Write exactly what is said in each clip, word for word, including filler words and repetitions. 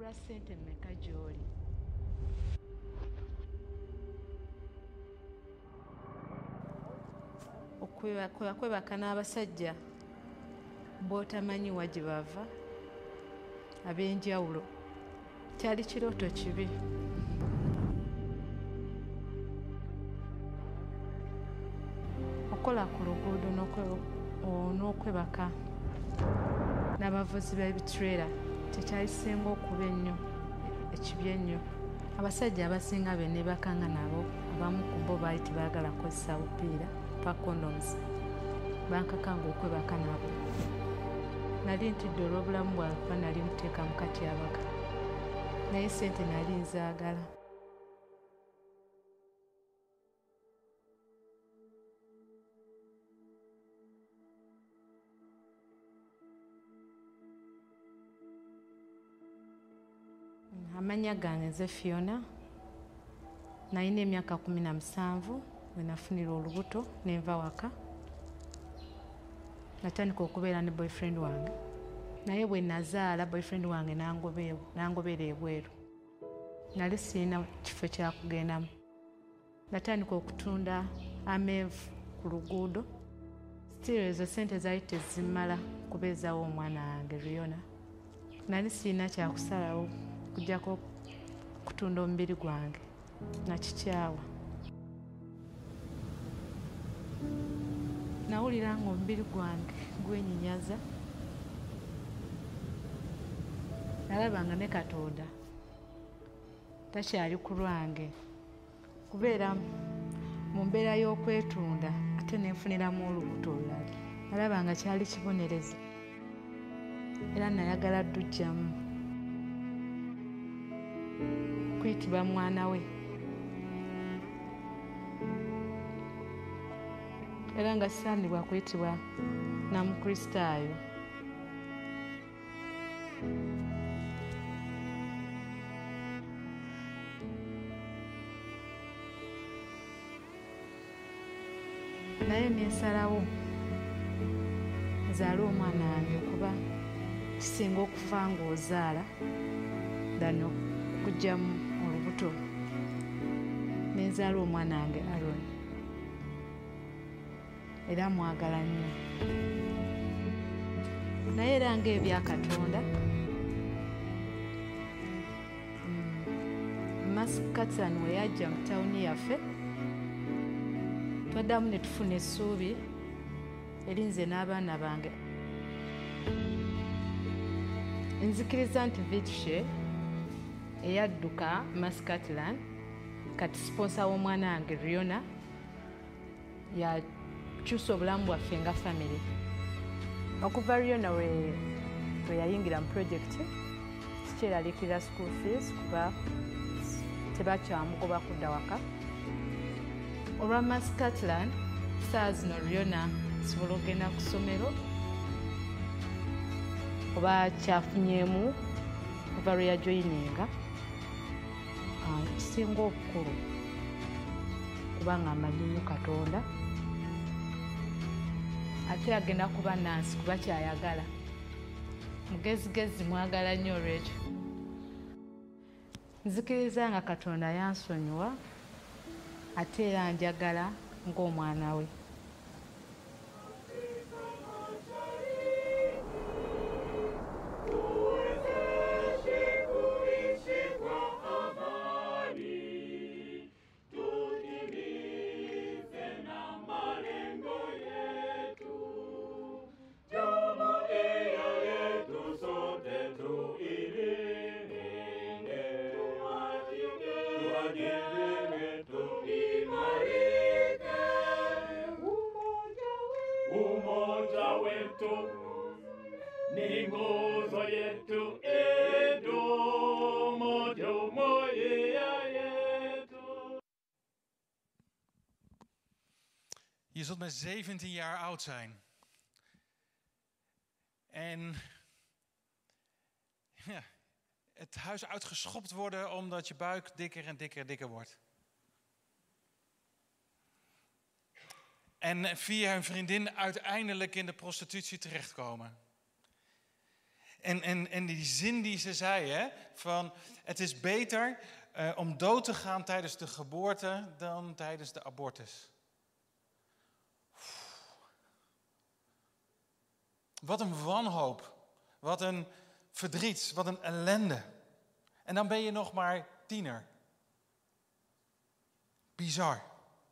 olwa ssente mmeka gy'oli? Okwebaka n'abasajja b'otamanyi wa gye bava ab'enjawulo kyali kirooto kibi. Okola ku luguudo n'okwebaka n'abavuzi b'ebiturera kyekyalisinga okuba ennyo ekibi ennyo. Abasajja abasinga be neebakanga nabo abamu ku bo baali tebaagala kukozesa bupiira pa condoms, bankakanga okwebaka nabo. Nali ntidde olw'obulamu bwange kuba nali muteeka mu katyabaka, naye ssente nali nzaagala. Amannya gange nze Fiona, nalina emyaka kumi na musanvu bwe nafunira olubuto nenva waka. Natandika okubeera ne boyfriend wange, naye bwe nazaala boyfriend wange n'angobera ebweru. Nali sirina kifo kya kugendamu. Natandika okutunda amenvu ku luguudo. Still ezo ssente zaali tezimala kubeezaawo omwana wange Riona. Nali sirina kyakusalawo kujjako kutunda omubiri gwange, nakikyawa. Nawulira ng'omubiri gwange gwenyinyaza. Nalabanga ne Katonda takyali ku lwange, kubeera mu mbeera y'okwetunda ate nenfuniramu olubuto olulala. Nalabanga kyali kibonerezo era nayagala ddujjamu kuyitibwa mwana we, era nga sisaanibwa kuyitibwa namukristaayo. Naye nensalawo nzaale omwana wange kuba kisinga okufa ng'ozaala dano okugyamu olubuto. Nenzaala omwana wange Aaron era mwagala nnyo. Naye era ng'ebya Katonda, Maskatlan we yajja mu tawuni yaffe, twaddamu ne tufuna essuubi eri nze n'abaana bange. Nzikiriza nti Vidshe eyadduka Maskatlan kati siponsa w'omwana wange Riona yakyusa obulamu bwaffe nga family. Okuva Riona we yayingira mu projekiti sikyeraliikirira school fees kuba tebakyamugoba kudda waka. Olwa Maskatlan saa zino Riona asobola okugenda ku ssomero oba kyafunyeemu kuva lwe yajoyininga. Kisinga obukulu kubanga amanyi nnyo Katonda ate agenda kuba nansi kuba kyayagala. Mugezigezi mwagala nnyo olwekyo. Nzikiriza nga Katonda yansonyiwa ate era njagala ng'omwana we. Ni nguzo yetu Edomo, Domo yetu. Je zult maar zeventien jaar oud zijn. En ja, het huis uitgeschopt worden omdat je buik dikker en dikker en dikker wordt. En via hun vriendin uiteindelijk in de prostitutie terechtkomen. En, en, en die zin die ze zei, hè, van het is beter uh, om dood te gaan tijdens de geboorte dan tijdens de abortus. Wat een wanhoop, wat een verdriet, wat een ellende. En dan ben je nog maar tiener. Bizar.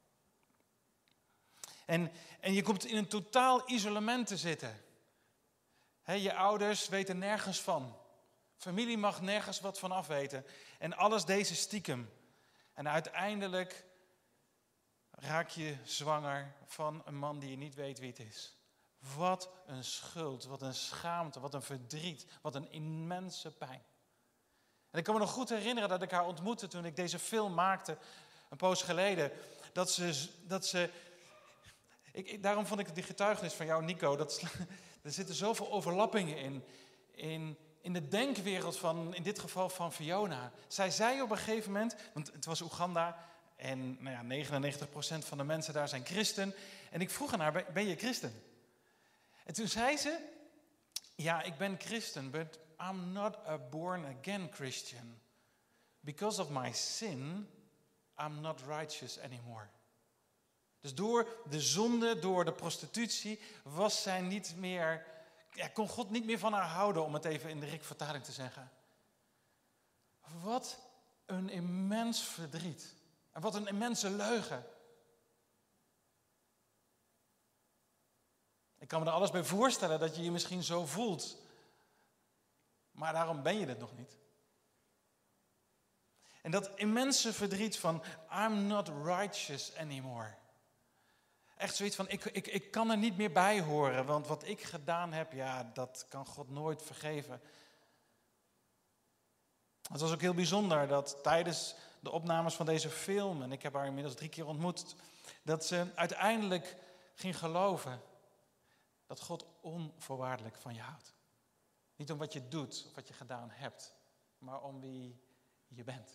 En, en je komt in een totaal isolement te zitten. He, je ouders weten nergens van. Familie mag nergens wat van afweten. En alles deze stiekem. En uiteindelijk raak je zwanger van een man die je niet weet wie het is. Wat een schuld, wat een schaamte, wat een verdriet, wat een immense pijn. En ik kan me nog goed herinneren dat ik haar ontmoette toen ik deze film maakte, een poos geleden. Dat ze, dat ze ik, ik, daarom vond ik die getuigenis van jou, Nico, dat, er zitten zoveel overlappingen in, in, in de denkwereld van, in dit geval van Fiona. Zij zei op een gegeven moment, want het was Oeganda en nou ja, negenennegentig procent van de mensen daar zijn christen. En ik vroeg aan haar, ben je christen? En toen zei ze, ja, ik ben christen, but I'm not a born again Christian. Because of my sin, I'm not righteous anymore. Dus door de zonde, door de prostitutie, was zij niet meer, ja, kon God niet meer van haar houden, om het even in de Rik-vertaling te zeggen. Wat een immens verdriet. En wat een immense leugen. Ik kan me er alles bij voorstellen dat je je misschien zo voelt. Maar daarom ben je het nog niet. En dat immense verdriet van, I'm not righteous anymore. Echt zoiets van, ik, ik, ik kan er niet meer bij horen, want wat ik gedaan heb, ja, dat kan God nooit vergeven. Het was ook heel bijzonder dat tijdens de opnames van deze film, en ik heb haar inmiddels drie keer ontmoet, dat ze uiteindelijk ging geloven dat God onvoorwaardelijk van je houdt. Niet om wat je doet of wat je gedaan hebt, maar om wie je bent.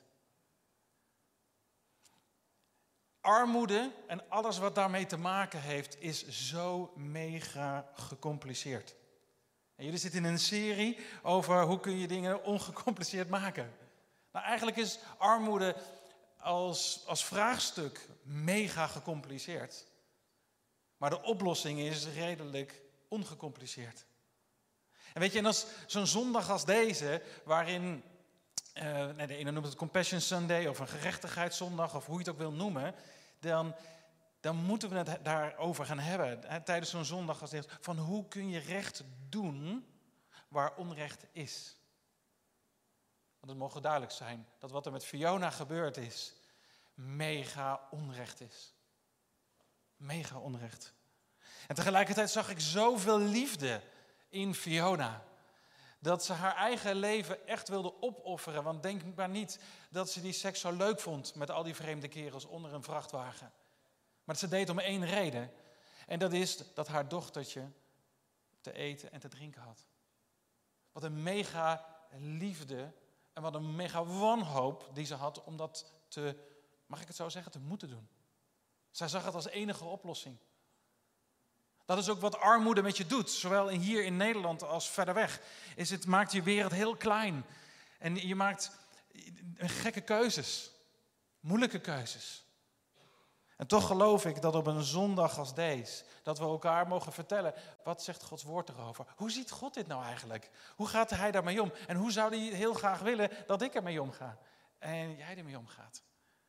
Armoede en alles wat daarmee te maken heeft, is zo mega gecompliceerd. En jullie zitten in een serie over hoe kun je dingen ongecompliceerd maken. Nou, eigenlijk is armoede als, als vraagstuk mega gecompliceerd. Maar de oplossing is redelijk ongecompliceerd. En weet je, en als zo'n zondag als deze, waarin, uh, nee, de ene noemt het Compassion Sunday of een gerechtigheidszondag of hoe je het ook wil noemen, dan, dan moeten we het daarover gaan hebben. Hè, tijdens zo'n zondag als deze, van hoe kun je recht doen waar onrecht is. Want het mogen duidelijk zijn dat wat er met Fiona gebeurd is, mega onrecht is. Mega onrecht. En tegelijkertijd zag ik zoveel liefde in Fiona. Dat ze haar eigen leven echt wilde opofferen. Want denk maar niet dat ze die seks zo leuk vond met al die vreemde kerels onder een vrachtwagen. Maar dat ze deed om één reden. En dat is dat haar dochtertje te eten en te drinken had. Wat een mega liefde en wat een mega wanhoop die ze had om dat te, mag ik het zo zeggen, te moeten doen. Zij zag het als enige oplossing. Dat is ook wat armoede met je doet, zowel hier in Nederland als verder weg. Is het maakt je wereld heel klein. En je maakt gekke keuzes, moeilijke keuzes. En toch geloof ik dat op een zondag als deze, dat we elkaar mogen vertellen, wat zegt Gods woord erover? Hoe ziet God dit nou eigenlijk? Hoe gaat hij daarmee om? En hoe zou hij heel graag willen dat ik ermee omga? En jij ermee omgaat?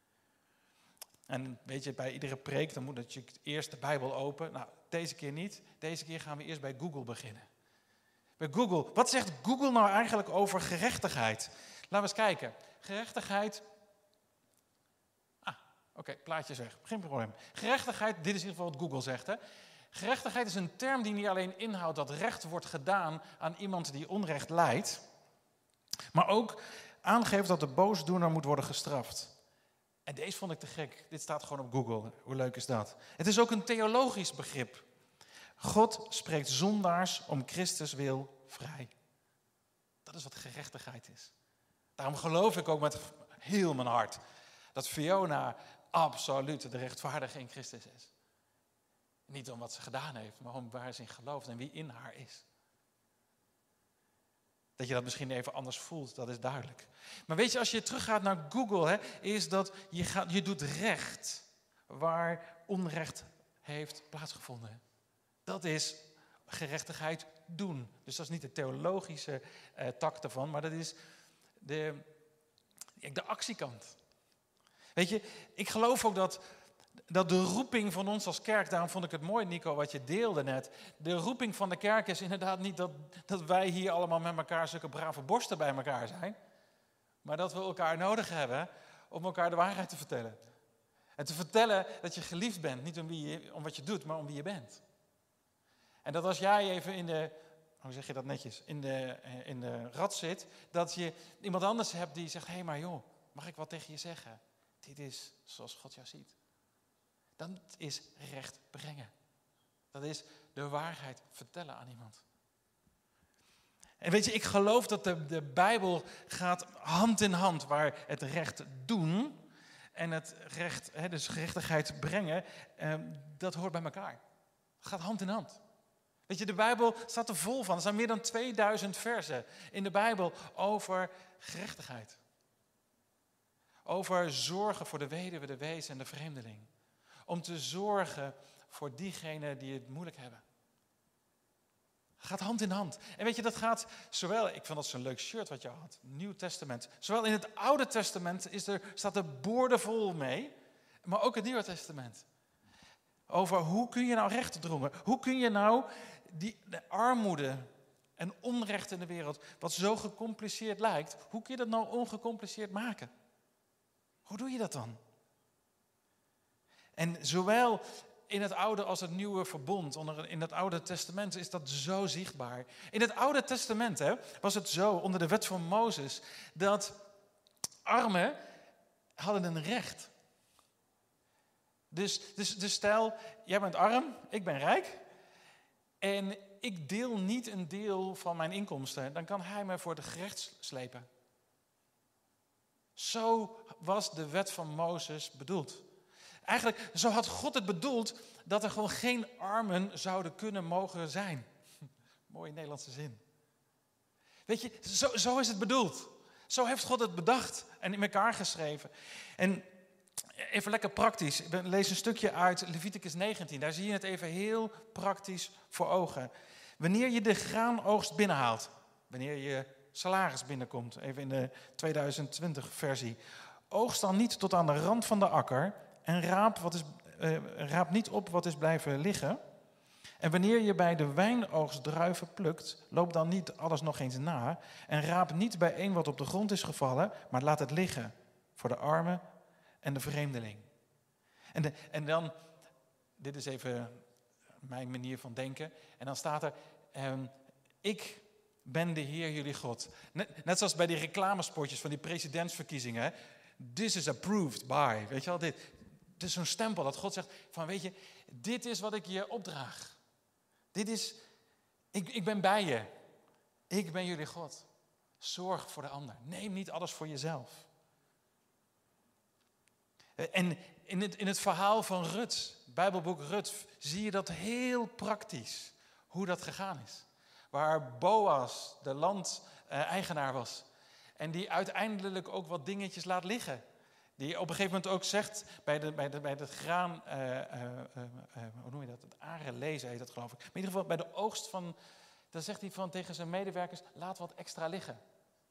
En weet je, bij iedere preek, dan moet je eerst de Bijbel open. Nou, deze keer niet. Deze keer gaan we eerst bij Google beginnen. Bij Google. Wat zegt Google nou eigenlijk over gerechtigheid? Laten we eens kijken. Gerechtigheid. Ah, oké, okay, plaatjes weg. Geen probleem. Gerechtigheid, dit is in ieder geval wat Google zegt. Hè. Gerechtigheid is een term die niet alleen inhoudt dat recht wordt gedaan aan iemand die onrecht lijdt, maar ook aangeeft dat de boosdoener moet worden gestraft. En deze vond ik te gek. Dit staat gewoon op Google. Hoe leuk is dat? Het is ook een theologisch begrip. God spreekt zondaars om Christus wil vrij. Dat is wat gerechtigheid is. Daarom geloof ik ook met heel mijn hart dat Fiona absoluut de rechtvaardige in Christus is. Niet om wat ze gedaan heeft, maar om waar ze in gelooft en wie in haar is. Dat je dat misschien even anders voelt, dat is duidelijk. Maar weet je, als je teruggaat naar Google, hè, is dat je, gaat, je doet recht waar onrecht heeft plaatsgevonden. Dat is gerechtigheid doen. Dus dat is niet de theologische eh, tak ervan, maar dat is de, de actiekant. Weet je, ik geloof ook dat, dat de roeping van ons als kerk, daarom vond ik het mooi, Nico, wat je deelde net. De roeping van de kerk is inderdaad niet dat, dat wij hier allemaal met elkaar zulke brave borsten bij elkaar zijn. Maar dat we elkaar nodig hebben om elkaar de waarheid te vertellen. En te vertellen dat je geliefd bent, niet om, wie je, om wat je doet, maar om wie je bent. En dat als jij even in de, hoe zeg je dat netjes, in de, in de rat zit, dat je iemand anders hebt die zegt, hé hey, maar joh, mag ik wat tegen je zeggen? Dit is zoals God jou ziet. Dat is recht brengen. Dat is de waarheid vertellen aan iemand. En weet je, ik geloof dat de, de Bijbel gaat hand in hand waar het recht doen en het recht, hè, dus gerechtigheid brengen, eh, dat hoort bij elkaar. Het gaat hand in hand. Weet je, de Bijbel staat er vol van. Er zijn meer dan tweeduizend versen in de Bijbel over gerechtigheid. Over zorgen voor de weduwe, de wees en de vreemdeling. Om te zorgen voor diegenen die het moeilijk hebben. Gaat hand in hand. En weet je, dat gaat zowel, ik vond dat zo'n leuk shirt wat je had, Nieuw Testament. Zowel in het Oude Testament is er, staat er boordevol mee, maar ook het Nieuwe Testament. Over hoe kun je nou recht drongen? Hoe kun je nou die de armoede en onrecht in de wereld, wat zo gecompliceerd lijkt, hoe kun je dat nou ongecompliceerd maken? Hoe doe je dat dan? En zowel in het Oude als het Nieuwe Verbond, onder, in het Oude Testament is dat zo zichtbaar. In het Oude Testament hè, was het zo, onder de wet van Mozes, dat armen hadden een recht. Dus, dus, dus stel, jij bent arm, ik ben rijk. En ik deel niet een deel van mijn inkomsten. Dan kan hij me voor de gerecht slepen. Zo was de wet van Mozes bedoeld. Eigenlijk, zo had God het bedoeld dat er gewoon geen armen zouden kunnen mogen zijn. Mooie Nederlandse zin. Weet je, zo, zo is het bedoeld. Zo heeft God het bedacht en in elkaar geschreven. En even lekker praktisch. Ik lees een stukje uit Leviticus negentien. Daar zie je het even heel praktisch voor ogen. Wanneer je de graanoogst binnenhaalt. Wanneer je salaris binnenkomt. Even in de tweeduizend twintig versie. Oogst dan niet tot aan de rand van de akker. En raap, wat is, uh, raap niet op wat is blijven liggen. En wanneer je bij de wijnoogst druiven plukt. Loop dan niet alles nog eens na. En raap niet bijeen wat op de grond is gevallen. Maar laat het liggen. Voor de armen en de vreemdeling. En, de, en dan, dit is even mijn manier van denken. En dan staat er, um, ik ben de Heer jullie God. Net, net zoals bij die reclamespotjes van die presidentsverkiezingen. Hè? This is approved by, weet je wel, dit. Het is zo'n stempel dat God zegt van, weet je, dit is wat ik je opdraag. Dit is, ik, ik ben bij je. Ik ben jullie God. Zorg voor de ander. Neem niet alles voor jezelf. En in het, in het verhaal van Rut, het Bijbelboek Rut, zie je dat heel praktisch, hoe dat gegaan is. Waar Boas de landeigenaar was. En die uiteindelijk ook wat dingetjes laat liggen. Die op een gegeven moment ook zegt, bij, de, bij, de, bij het graan, uh, uh, uh, uh, hoe noem je dat? Het arenlezen heet dat geloof ik. Maar in ieder geval bij de oogst van, dan zegt hij van tegen zijn medewerkers, laat wat extra liggen.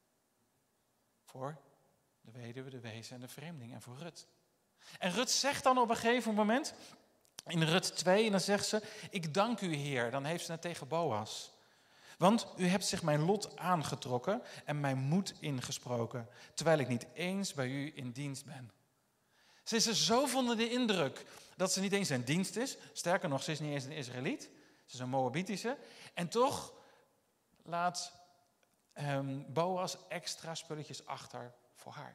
Voor de weduwe, de wees en de vreemdeling en voor Rut. En Rut zegt dan op een gegeven moment, in Rut twee, en dan zegt ze, ik dank u Heer. Dan heeft ze het tegen Boas. Want u hebt zich mijn lot aangetrokken en mijn moed ingesproken, terwijl ik niet eens bij u in dienst ben. Ze is er zo onder de indruk dat ze niet eens in dienst is. Sterker nog, ze is niet eens een Israëliet. Ze is een Moabitische. En toch laat um, Boas extra spulletjes achter voor haar.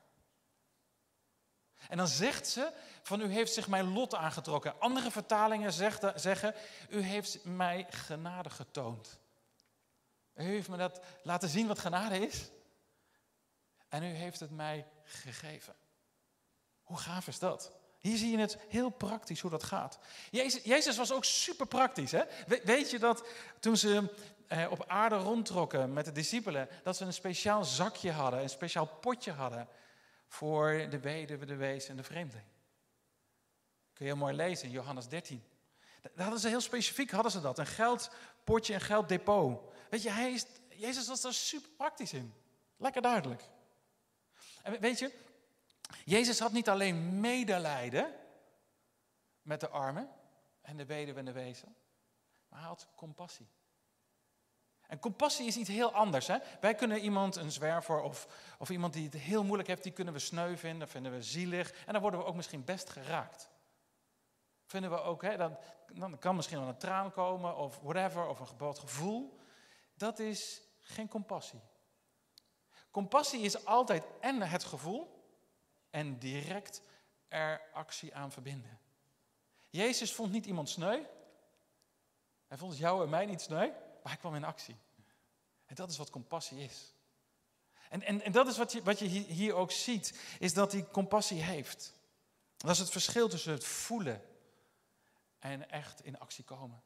En dan zegt ze, van u heeft zich mijn lot aangetrokken. Andere vertalingen zegt, zeggen, u heeft mij genade getoond. U heeft me dat laten zien wat genade is. En u heeft het mij gegeven. Hoe gaaf is dat? Hier zie je het heel praktisch hoe dat gaat. Jezus, Jezus was ook super praktisch. Hè? We, weet je dat toen ze eh, op aarde rondtrokken met de discipelen, dat ze een speciaal zakje hadden, een speciaal potje hadden voor de weduwe, de wees en de vreemdeling. Kun je heel mooi lezen in Johannes dertien. Daar hadden ze heel specifiek, hadden ze dat. Een geldpotje, een gelddepot. Weet je, hij is, Jezus was daar super praktisch in. Lekker duidelijk. En weet je, Jezus had niet alleen medelijden met de armen en de weduwe en de wezen, maar hij had compassie. En compassie is iets heel anders. Hè? Wij kunnen iemand, een zwerver of, of iemand die het heel moeilijk heeft, die kunnen we sneu vinden, dat vinden we zielig en dan worden we ook misschien best geraakt. Vinden we ook, hè, dan, dan kan misschien wel een traan komen of whatever, of een bepaald gevoel. Dat is geen compassie. Compassie is altijd en het gevoel en direct er actie aan verbinden. Jezus vond niet iemand sneu. Hij vond jou en mij niet sneu, maar hij kwam in actie. En dat is wat compassie is. En, en, en dat is wat je, wat je hier ook ziet, is dat hij compassie heeft. Dat is het verschil tussen het voelen en echt in actie komen.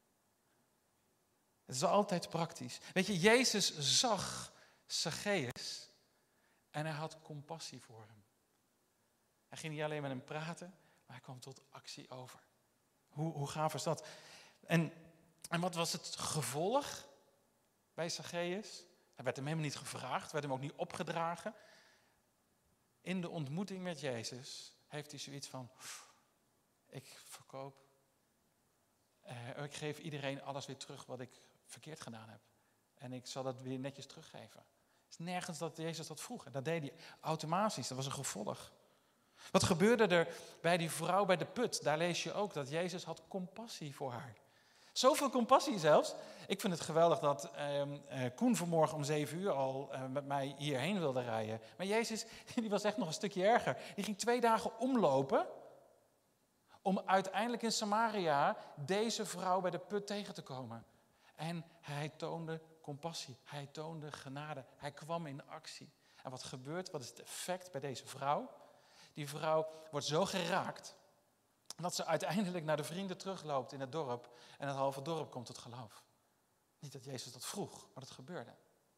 Het is altijd praktisch. Weet je, Jezus zag Zacchaeus en hij had compassie voor hem. Hij ging niet alleen met hem praten, maar hij kwam tot actie over. Hoe, hoe gaaf is dat? En, en wat was het gevolg bij Zacchaeus? Hij werd hem helemaal niet gevraagd, werd hem ook niet opgedragen. In de ontmoeting met Jezus heeft hij zoiets van, ik verkoop, uh, ik geef iedereen alles weer terug wat ik verkeerd gedaan heb. En ik zal dat weer netjes teruggeven. Het is nergens dat Jezus dat vroeg. En dat deed hij automatisch, dat was een gevolg. Wat gebeurde er bij die vrouw bij de put? Daar lees je ook dat Jezus had compassie voor haar. Zoveel compassie zelfs. Ik vind het geweldig dat uh, uh, Koen vanmorgen om zeven uur al uh, met mij hierheen wilde rijden. Maar Jezus, die was echt nog een stukje erger. Die ging twee dagen omlopen om uiteindelijk in Samaria deze vrouw bij de put tegen te komen. En hij toonde compassie, hij toonde genade, hij kwam in actie. En wat gebeurt, wat is het effect bij deze vrouw? Die vrouw wordt zo geraakt dat ze uiteindelijk naar de vrienden terugloopt in het dorp en het halve dorp komt tot geloof. Niet dat Jezus dat vroeg, maar dat gebeurde.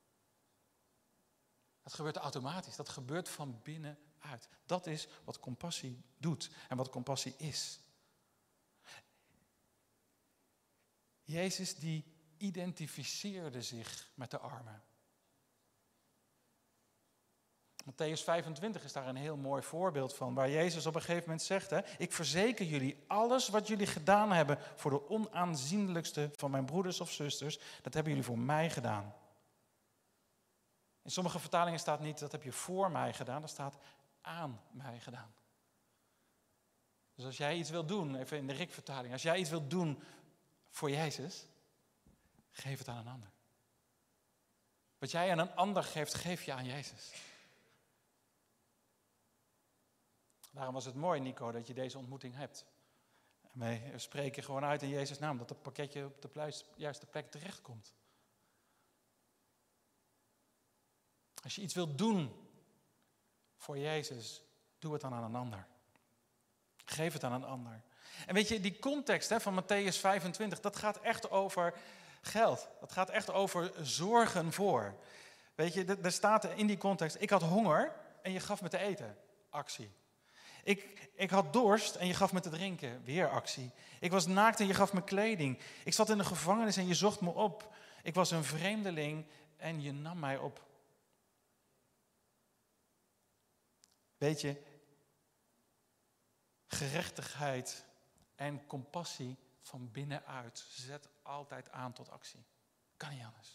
Dat gebeurt automatisch, dat gebeurt van binnenuit. Dat is wat compassie doet en wat compassie is. Jezus die identificeerde zich met de armen. Matthäus vijfentwintig is daar een heel mooi voorbeeld van, waar Jezus op een gegeven moment zegt, hè, ik verzeker jullie, alles wat jullie gedaan hebben voor de onaanzienlijkste van mijn broeders of zusters, dat hebben jullie voor mij gedaan. In sommige vertalingen staat niet, dat heb je voor mij gedaan, dat staat aan mij gedaan. Dus als jij iets wilt doen, even in de Rik-vertaling, als jij iets wilt doen voor Jezus, geef het aan een ander. Wat jij aan een ander geeft, geef je aan Jezus. Daarom was het mooi, Nico, dat je deze ontmoeting hebt. En wij spreken gewoon uit in Jezus' naam, dat het pakketje op de juiste plek terechtkomt. Als je iets wilt doen voor Jezus, doe het dan aan een ander. Geef het aan een ander. En weet je, die context hè, van Matthäus vijfentwintig, dat gaat echt over geld. Dat gaat echt over zorgen voor. Weet je, er staat in die context, ik had honger en je gaf me te eten. Actie. Ik, ik had dorst en je gaf me te drinken. Weer actie. Ik was naakt en je gaf me kleding. Ik zat in de gevangenis en je zocht me op. Ik was een vreemdeling en je nam mij op. Weet je, gerechtigheid en compassie van binnenuit zet altijd aan tot actie. Kan niet anders.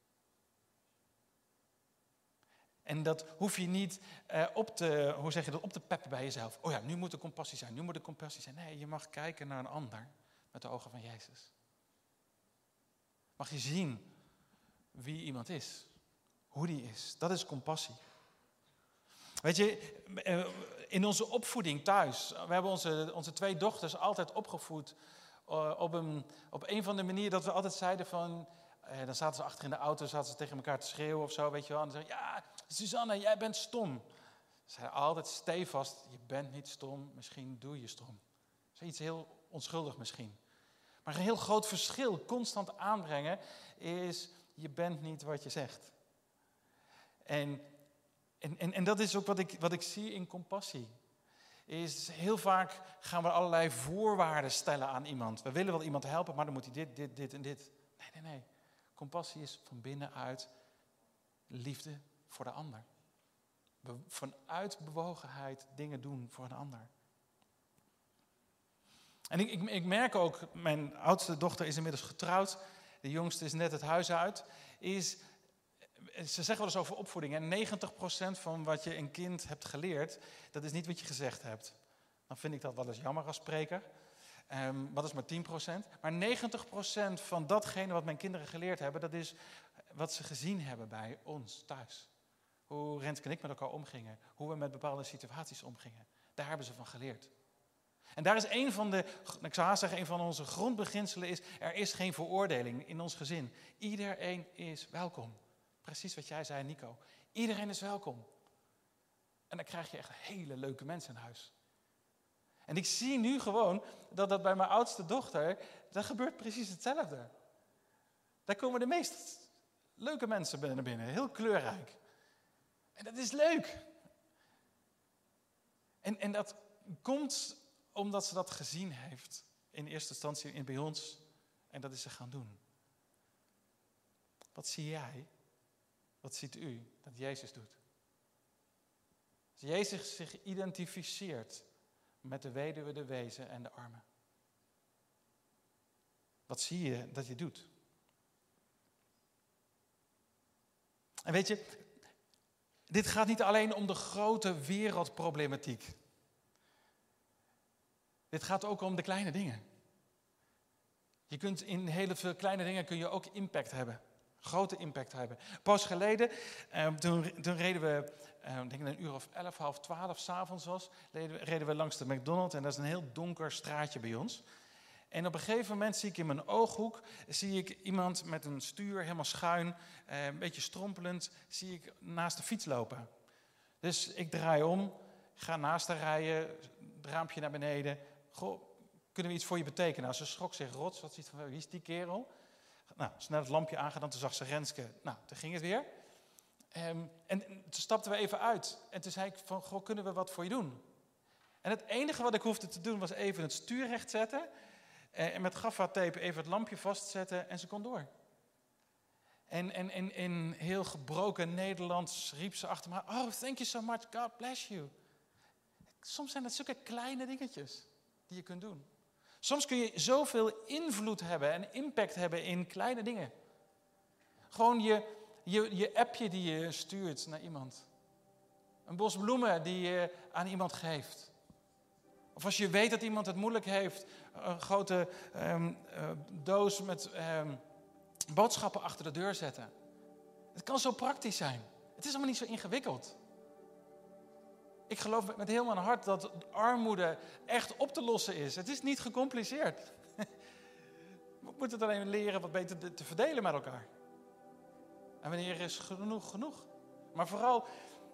En dat hoef je niet uh, op, te, hoe zeg je dat, op te peppen bij jezelf. Oh ja, nu moet er compassie zijn, nu moet er compassie zijn. Nee, je mag kijken naar een ander met de ogen van Jezus. Mag je zien wie iemand is, hoe die is. Dat is compassie. Weet je, in onze opvoeding thuis, we hebben onze, onze twee dochters altijd opgevoed uh, op, een, op een van de manieren dat we altijd zeiden van, uh, dan zaten ze achter in de auto, zaten ze tegen elkaar te schreeuwen of zo, weet je wel. En dan zeiden ja, Suzanne, jij bent stom. zei altijd stevast, je bent niet stom, misschien doe je stom. Dat is iets heel onschuldig misschien. Maar een heel groot verschil, constant aanbrengen, is je bent niet wat je zegt. En, en, en, en dat is ook wat ik, wat ik zie in compassie. Is heel vaak gaan we allerlei voorwaarden stellen aan iemand. We willen wel iemand helpen, maar dan moet hij dit, dit, dit en dit. Nee, nee, nee. Compassie is van binnenuit liefde voor de ander. Be- vanuit bewogenheid dingen doen voor een ander. En ik, ik, ik merk ook, mijn oudste dochter is inmiddels getrouwd. De jongste is net het huis uit. Is, ze zeggen wel eens over opvoeding. En negentig procent van wat je een kind hebt geleerd, dat is niet wat je gezegd hebt. Dan vind ik dat wel eens jammer als spreker. Um, wat is maar tien procent? Maar negentig procent van datgene wat mijn kinderen geleerd hebben, dat is wat ze gezien hebben bij ons thuis. Hoe Renske en ik met elkaar omgingen. Hoe we met bepaalde situaties omgingen. Daar hebben ze van geleerd. En daar is een van de, ik zou haast zeggen, een van onze grondbeginselen is, er is geen veroordeling in ons gezin. Iedereen is welkom. Precies wat jij zei, Nico. Iedereen is welkom. En dan krijg je echt hele leuke mensen in huis. En ik zie nu gewoon dat dat bij mijn oudste dochter, dat gebeurt precies hetzelfde. Daar komen de meest leuke mensen naar binnen, heel kleurrijk. En dat is leuk. En, en dat komt omdat ze dat gezien heeft, in eerste instantie in bij ons, en dat is ze gaan doen. Wat zie jij? Wat ziet u dat Jezus doet? Als Jezus zich identificeert met de weduwe, de wezen en de armen. Wat zie je dat je doet? En weet je, dit gaat niet alleen om de grote wereldproblematiek. Dit gaat ook om de kleine dingen. Je kunt in hele veel kleine dingen kun je ook impact hebben. Grote impact hebben. Pas geleden, eh, toen, toen reden we, eh, ik denk een uur of elf, half twaalf, 's avonds was, reden we, reden we langs de McDonald's en dat is een heel donker straatje bij ons. En op een gegeven moment zie ik in mijn ooghoek, zie ik iemand met een stuur, helemaal schuin, eh, een beetje strompelend, zie ik naast de fiets lopen. Dus ik draai om, ga naast haar rijden, het raampje naar beneden. Goh, kunnen we iets voor je betekenen? Nou, ze schrok zich rot, ze had zoiets van, wie is die kerel? Nou, snel het lampje aangedaan, toen zag ze Renske. Nou, toen ging het weer. Um, en toen stapten we even uit. En toen zei ik van, goh, kunnen we wat voor je doen? En het enige wat ik hoefde te doen was even het stuur recht zetten. En met gaffa-tape even het lampje vastzetten en ze kon door. En, en, en in heel gebroken Nederlands riep ze achter me, oh, thank you so much, God bless you. Soms zijn het zulke kleine dingetjes die je kunt doen. Soms kun je zoveel invloed hebben en impact hebben in kleine dingen. Gewoon je, je, je appje die je stuurt naar iemand. Een bos bloemen die je aan iemand geeft. Of als je weet dat iemand het moeilijk heeft, een grote um, uh, doos met um, boodschappen achter de deur zetten. Het kan zo praktisch zijn. Het is allemaal niet zo ingewikkeld. Ik geloof met heel mijn hart dat armoede echt op te lossen is. Het is niet gecompliceerd. We moeten het alleen leren wat beter te verdelen met elkaar. En wanneer is genoeg genoeg? Maar vooral,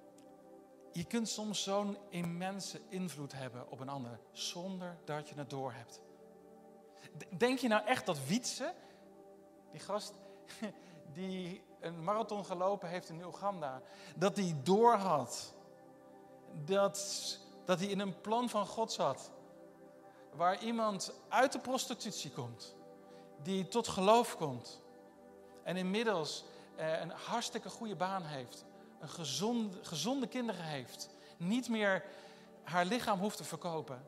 je kunt soms zo'n immense invloed hebben op een ander, zonder dat je het doorhebt. Denk je nou echt dat Wietse, die gast die een marathon gelopen heeft in Oeganda, dat die doorhad dat, dat hij in een plan van God zat, waar iemand uit de prostitutie komt, die tot geloof komt en inmiddels eh, een hartstikke goede baan heeft, een gezonde, gezonde kinderen heeft, niet meer haar lichaam hoeft te verkopen.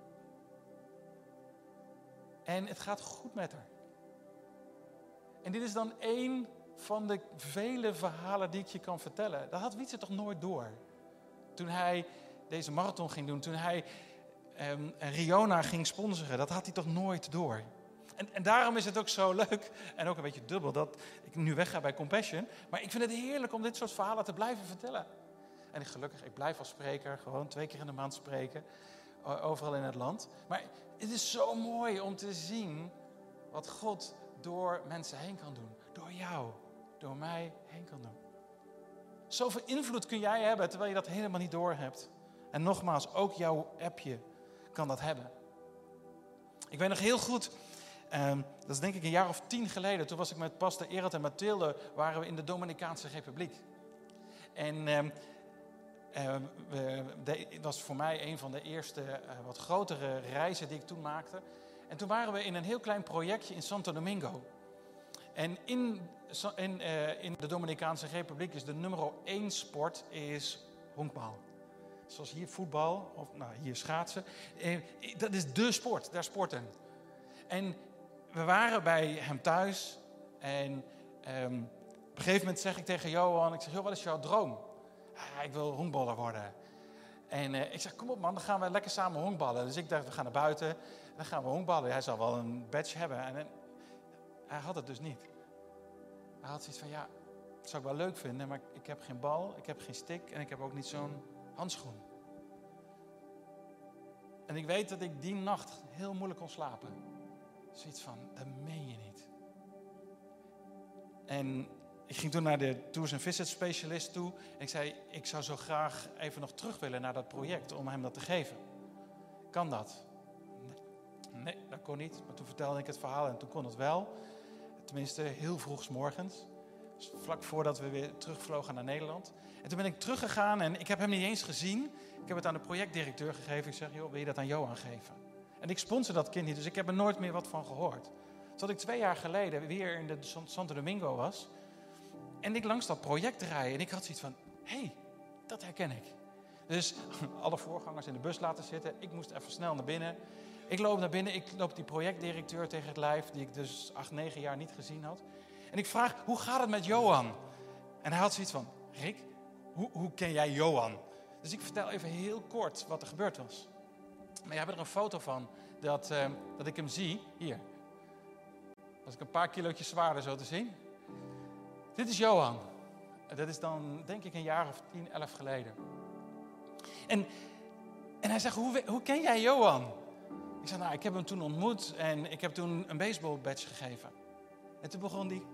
En het gaat goed met haar. En dit is dan één van de vele verhalen die ik je kan vertellen. Dat had Wietse toch nooit door. Toen hij deze marathon ging doen, toen hij um, Riona ging sponsoren, dat had hij toch nooit door. En, en daarom is het ook zo leuk, en ook een beetje dubbel, dat ik nu wegga bij Compassion. Maar ik vind het heerlijk om dit soort verhalen te blijven vertellen. En ik, gelukkig, ik blijf als spreker, gewoon twee keer in de maand spreken, overal in het land. Maar het is zo mooi om te zien wat God door mensen heen kan doen. Door jou, door mij heen kan doen. Zoveel invloed kun jij hebben, terwijl je dat helemaal niet doorhebt. En nogmaals, ook jouw appje kan dat hebben. Ik weet nog heel goed, um, dat is denk ik een jaar of tien geleden. Toen was ik met pastor Erad en Mathilde, waren we in de Dominicaanse Republiek. En um, uh, we, de, het was voor mij een van de eerste uh, wat grotere reizen die ik toen maakte. En toen waren we in een heel klein projectje in Santo Domingo. En in, in, uh, in de Dominicaanse Republiek is de nummer één sport is honkbal. Zoals hier voetbal, of nou, hier schaatsen. Eh, dat is dé sport, daar sporten. En we waren bij hem thuis. En um, op een gegeven moment zeg ik tegen Johan, ik zeg, joh, wat is jouw droom? Ah, ik wil honkballer worden. En uh, ik zeg, kom op man, dan gaan we lekker samen honkballen. Dus ik dacht, we gaan naar buiten en dan gaan we honkballen. Hij zal wel een badge hebben. En, en hij had het dus niet. Hij had zoiets van, ja, dat zou ik wel leuk vinden, maar ik heb geen bal, ik heb geen stick en ik heb ook niet zo'n handschoen. En ik weet dat ik die nacht heel moeilijk kon slapen. Zoiets van, dat meen je niet. En ik ging toen naar de Tours and Visit specialist toe. En ik zei, ik zou zo graag even nog terug willen naar dat project om hem dat te geven. Kan dat? Nee, nee, dat kon niet. Maar toen vertelde ik het verhaal en toen kon het wel. Tenminste, heel vroeg 's morgens. Dus vlak voordat we weer terugvlogen naar Nederland. En toen ben ik teruggegaan en ik heb hem niet eens gezien. Ik heb het aan de projectdirecteur gegeven. Ik zeg, joh, wil je dat aan Johan geven? En ik sponsor dat kind niet, dus ik heb er nooit meer wat van gehoord. Tot ik twee jaar geleden weer in de Santo Domingo was. En ik langs dat project rijd. En ik had zoiets van, hé, hey, dat herken ik. Dus alle voorgangers in de bus laten zitten. Ik moest even snel naar binnen. Ik loop naar binnen. Ik loop die projectdirecteur tegen het lijf. Die ik dus acht, negen jaar niet gezien had. En ik vraag, hoe gaat het met Johan? En hij had zoiets van, Rick, hoe, hoe ken jij Johan? Dus ik vertel even heel kort wat er gebeurd was. Maar je hebt er een foto van dat, uh, dat ik hem zie. Hier. Was ik een paar kilootjes zwaarder zo te zien. Dit is Johan. Dat is dan denk ik een jaar of tien, elf geleden. En, en hij zegt, hoe, hoe ken jij Johan? Ik zeg, nou, ik heb hem toen ontmoet en ik heb toen een baseball badge gegeven. En toen begon hij...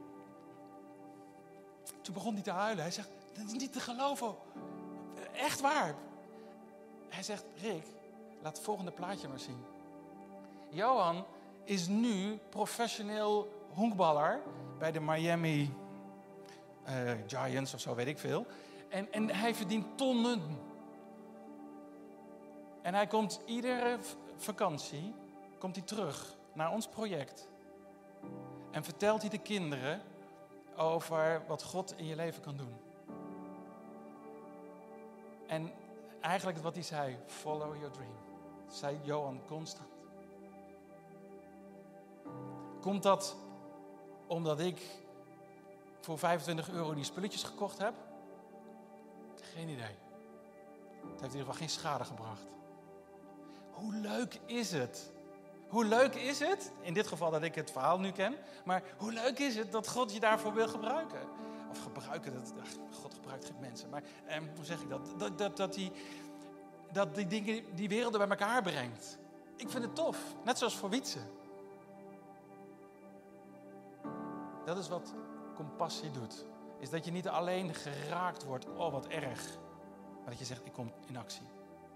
Toen begon hij te huilen. Hij zegt, dat is niet te geloven. Echt waar. Hij zegt, Rick, laat het volgende plaatje maar zien. Johan is nu professioneel honkballer bij de Miami uh, Giants of zo, weet ik veel. En, en hij verdient tonnen. En hij komt iedere vakantie komt hij terug naar ons project. En vertelt hij de kinderen over wat God in je leven kan doen. En eigenlijk wat hij zei, follow your dream. Zei Johan constant. Komt dat omdat ik voor vijfentwintig euro die spulletjes gekocht heb? Geen idee. Het heeft in ieder geval geen schade gebracht. Hoe leuk is het? Hoe leuk is het, in dit geval dat ik het verhaal nu ken, maar hoe leuk is het dat God je daarvoor wil gebruiken? Of gebruiken, dat, ach, God gebruikt geen mensen, maar eh, hoe zeg ik dat? Dat, dat, dat, die, dat die dingen, die werelden bij elkaar brengt. Ik vind het tof, net zoals voor Wietse. Dat is wat compassie doet. Is dat je niet alleen geraakt wordt, oh wat erg, maar dat je zegt, ik kom in actie.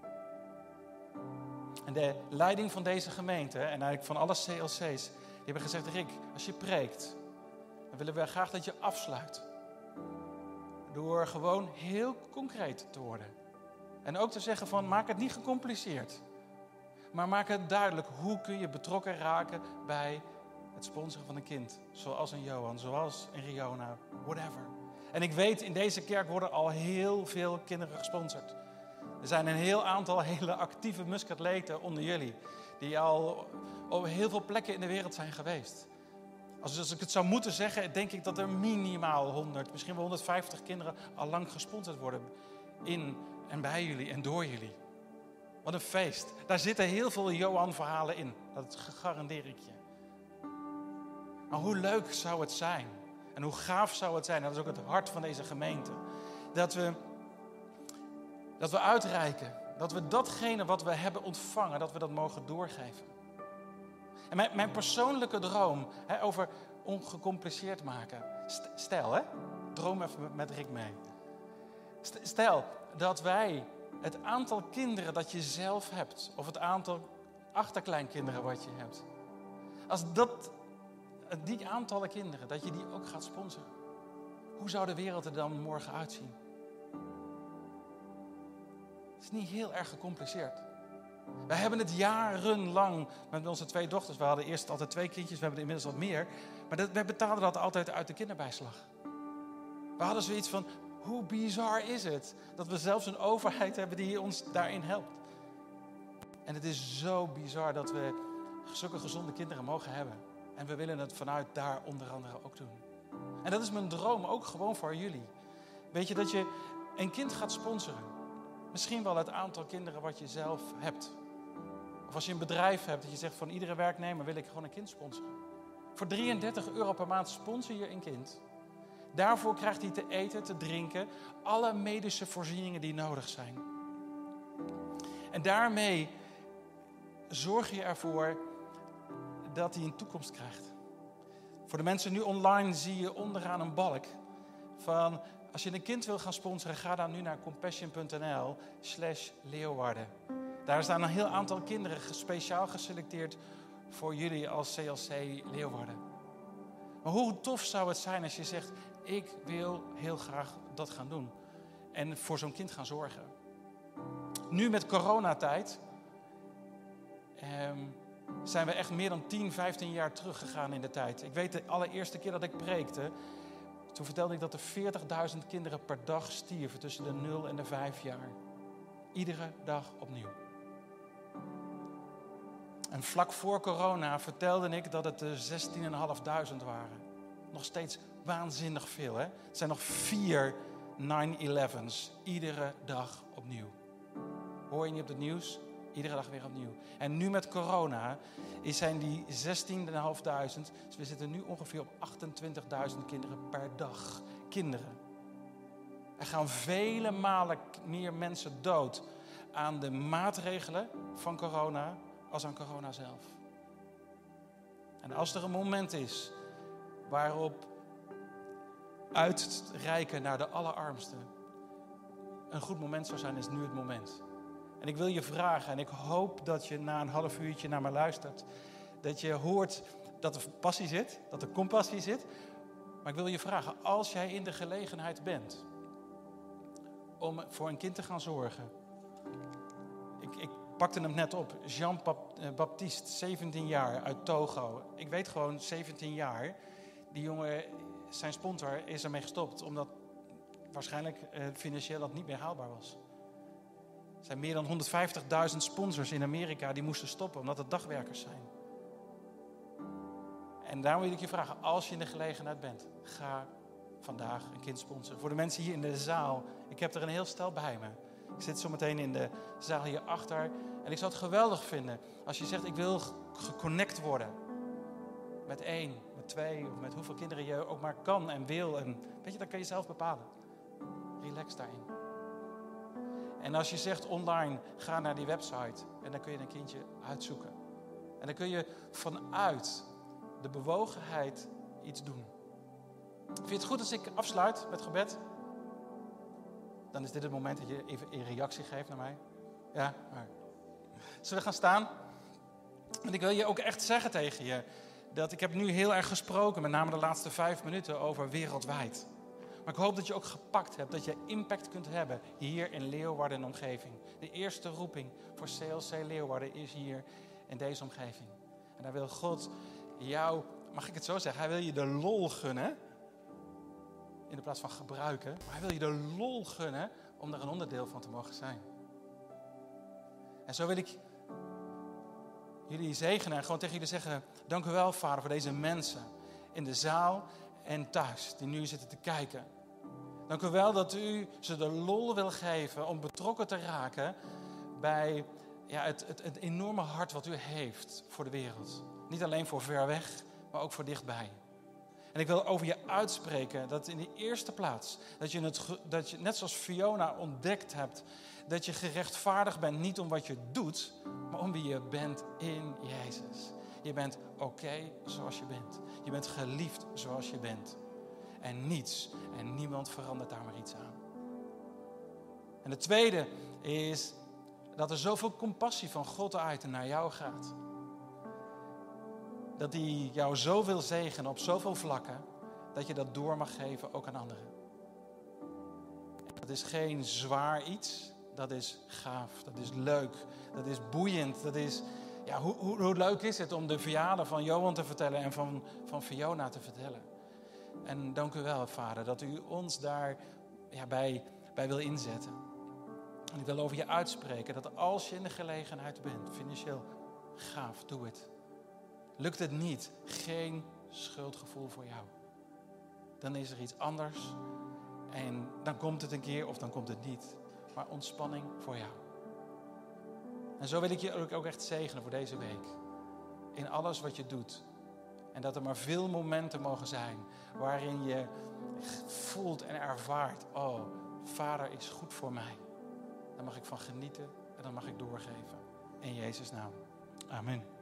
En de leiding van deze gemeente, en eigenlijk van alle C L C's, die hebben gezegd, Rick, als je preekt, dan willen we graag dat je afsluit. Door gewoon heel concreet te worden. En ook te zeggen van, maak het niet gecompliceerd. Maar maak het duidelijk, hoe kun je betrokken raken bij het sponsoren van een kind. Zoals een Johan, zoals een Riona, whatever. En ik weet, in deze kerk worden al heel veel kinderen gesponsord. Er zijn een heel aantal hele actieve muskatleten onder jullie. Die al op heel veel plekken in de wereld zijn geweest. Als, als ik het zou moeten zeggen, denk ik dat er minimaal honderd, misschien wel honderdvijftig kinderen al lang gesponsord worden. In en bij jullie en door jullie. Wat een feest. Daar zitten heel veel Johan-verhalen in. Dat garandeer ik je. Maar hoe leuk zou het zijn? En hoe gaaf zou het zijn? Dat is ook het hart van deze gemeente. Dat we... Dat we uitreiken, dat we datgene wat we hebben ontvangen, dat we dat mogen doorgeven. En mijn, mijn persoonlijke droom hè, over ongecompliceerd maken. Stel, hè, droom even met Rick mee. Stel dat wij het aantal kinderen dat je zelf hebt, of het aantal achterkleinkinderen wat je hebt, als dat, die aantallen kinderen, dat je die ook gaat sponsoren. Hoe zou de wereld er dan morgen uitzien? Het is niet heel erg gecompliceerd. Wij hebben het jarenlang met onze twee dochters. We hadden eerst altijd twee kindjes, we hebben er inmiddels wat meer. Maar dat, wij betaalden dat altijd uit de kinderbijslag. We hadden zoiets van, hoe bizar is het dat we zelfs een overheid hebben die ons daarin helpt. En het is zo bizar dat we zulke gezonde kinderen mogen hebben. En we willen het vanuit daar onder andere ook doen. En dat is mijn droom, ook gewoon voor jullie. Weet je, dat je een kind gaat sponsoren. Misschien wel het aantal kinderen wat je zelf hebt. Of als je een bedrijf hebt dat je zegt van iedere werknemer wil ik gewoon een kind sponsoren. Voor drieëndertig euro per maand sponsor je een kind. Daarvoor krijgt hij te eten, te drinken, alle medische voorzieningen die nodig zijn. En daarmee zorg je ervoor dat hij een toekomst krijgt. Voor de mensen nu online zie je onderaan een balk van, als je een kind wil gaan sponsoren, ga dan nu naar compassion.nl slash Leeuwarden. Daar staan een heel aantal kinderen speciaal geselecteerd voor jullie als C L C Leeuwarden. Maar hoe tof zou het zijn als je zegt, ik wil heel graag dat gaan doen. En voor zo'n kind gaan zorgen. Nu met coronatijd um, zijn we echt meer dan tien, vijftien jaar teruggegaan in de tijd. Ik weet de allereerste keer dat ik preekte, toen vertelde ik dat er veertigduizend kinderen per dag stierven tussen de nul en de vijf jaar. Iedere dag opnieuw. En vlak voor corona vertelde ik dat het er zestienduizend vijfhonderd waren. Nog steeds waanzinnig veel, hè? Het zijn nog vier nine elevens. Iedere dag opnieuw. Hoor je niet op het nieuws? Iedere dag weer opnieuw. En nu met corona zijn die zestienduizend vijfhonderd. Dus we zitten nu ongeveer op achtentwintigduizend kinderen per dag. Kinderen. Er gaan vele malen meer mensen dood aan de maatregelen van corona als aan corona zelf. En als er een moment is waarop uitreiken naar de allerarmsten een goed moment zou zijn, is nu het moment. En ik wil je vragen, en ik hoop dat je na een half uurtje naar me luistert, dat je hoort dat er passie zit, dat er compassie zit. Maar ik wil je vragen, als jij in de gelegenheid bent om voor een kind te gaan zorgen. Ik, ik pakte hem net op, Jean-Baptiste, zeventien jaar, uit Togo. Ik weet gewoon, zeventien jaar, die jongen, zijn sponsor is ermee gestopt, omdat waarschijnlijk eh, financieel dat niet meer haalbaar was. Er zijn meer dan honderdvijftigduizend sponsors in Amerika die moesten stoppen, omdat het dagwerkers zijn. En daarom wil ik je vragen, als je in de gelegenheid bent, ga vandaag een kind sponsoren. Voor de mensen hier in de zaal, ik heb er een heel stel bij me. Ik zit zo meteen in de zaal hierachter. En ik zou het geweldig vinden als je zegt, ik wil geconnect worden. Met één, met twee, of met hoeveel kinderen je ook maar kan en wil. En weet je, dat kan je zelf bepalen. Relax daarin. En als je zegt online, ga naar die website. En dan kun je een kindje uitzoeken. En dan kun je vanuit de bewogenheid iets doen. Vind je het goed als ik afsluit met gebed? Dan is dit het moment dat je even een reactie geeft naar mij. Ja, maar. Zullen we gaan staan? En ik wil je ook echt zeggen tegen je, dat ik heb nu heel erg gesproken, met name de laatste vijf minuten, over wereldwijd. Maar ik hoop dat je ook gepakt hebt, dat je impact kunt hebben hier in Leeuwarden en omgeving. De eerste roeping voor C L C Leeuwarden is hier in deze omgeving. En daar wil God jou, mag ik het zo zeggen, hij wil je de lol gunnen. In de plaats van gebruiken. Maar hij wil je de lol gunnen om daar een onderdeel van te mogen zijn. En zo wil ik jullie zegenen en gewoon tegen jullie zeggen, dank u wel, Vader, voor deze mensen in de zaal en thuis die nu zitten te kijken. Dank u wel dat u ze de lol wil geven om betrokken te raken bij ja, het, het, het enorme hart wat u heeft voor de wereld. Niet alleen voor ver weg, maar ook voor dichtbij. En ik wil over je uitspreken dat in de eerste plaats, dat je, het, dat je net zoals Fiona ontdekt hebt, dat je gerechtvaardigd bent niet om wat je doet, maar om wie je bent in Jezus. Je bent oké okay zoals je bent. Je bent geliefd zoals je bent. En niets en niemand verandert daar maar iets aan. En de tweede is dat er zoveel compassie van God uit en naar jou gaat. Dat hij jou zo wil zegenen op zoveel vlakken, dat je dat door mag geven ook aan anderen. Dat is geen zwaar iets, dat is gaaf, dat is leuk, dat is boeiend. Dat is, ja, hoe, hoe, hoe leuk is het om de verjaardag van Johan te vertellen en van, van Fiona te vertellen. En dank u wel, Vader, dat u ons daar ja, bij, bij wil inzetten. En ik wil over je uitspreken dat als je in de gelegenheid bent, financieel gaaf, doe het. Lukt het niet, geen schuldgevoel voor jou. Dan is er iets anders en dan komt het een keer of dan komt het niet. Maar ontspanning voor jou. En zo wil ik je ook echt zegenen voor deze week. In alles wat je doet. En dat er maar veel momenten mogen zijn waarin je voelt en ervaart, oh, Vader is goed voor mij. Daar mag ik van genieten en dat mag ik doorgeven. In Jezus' naam. Amen.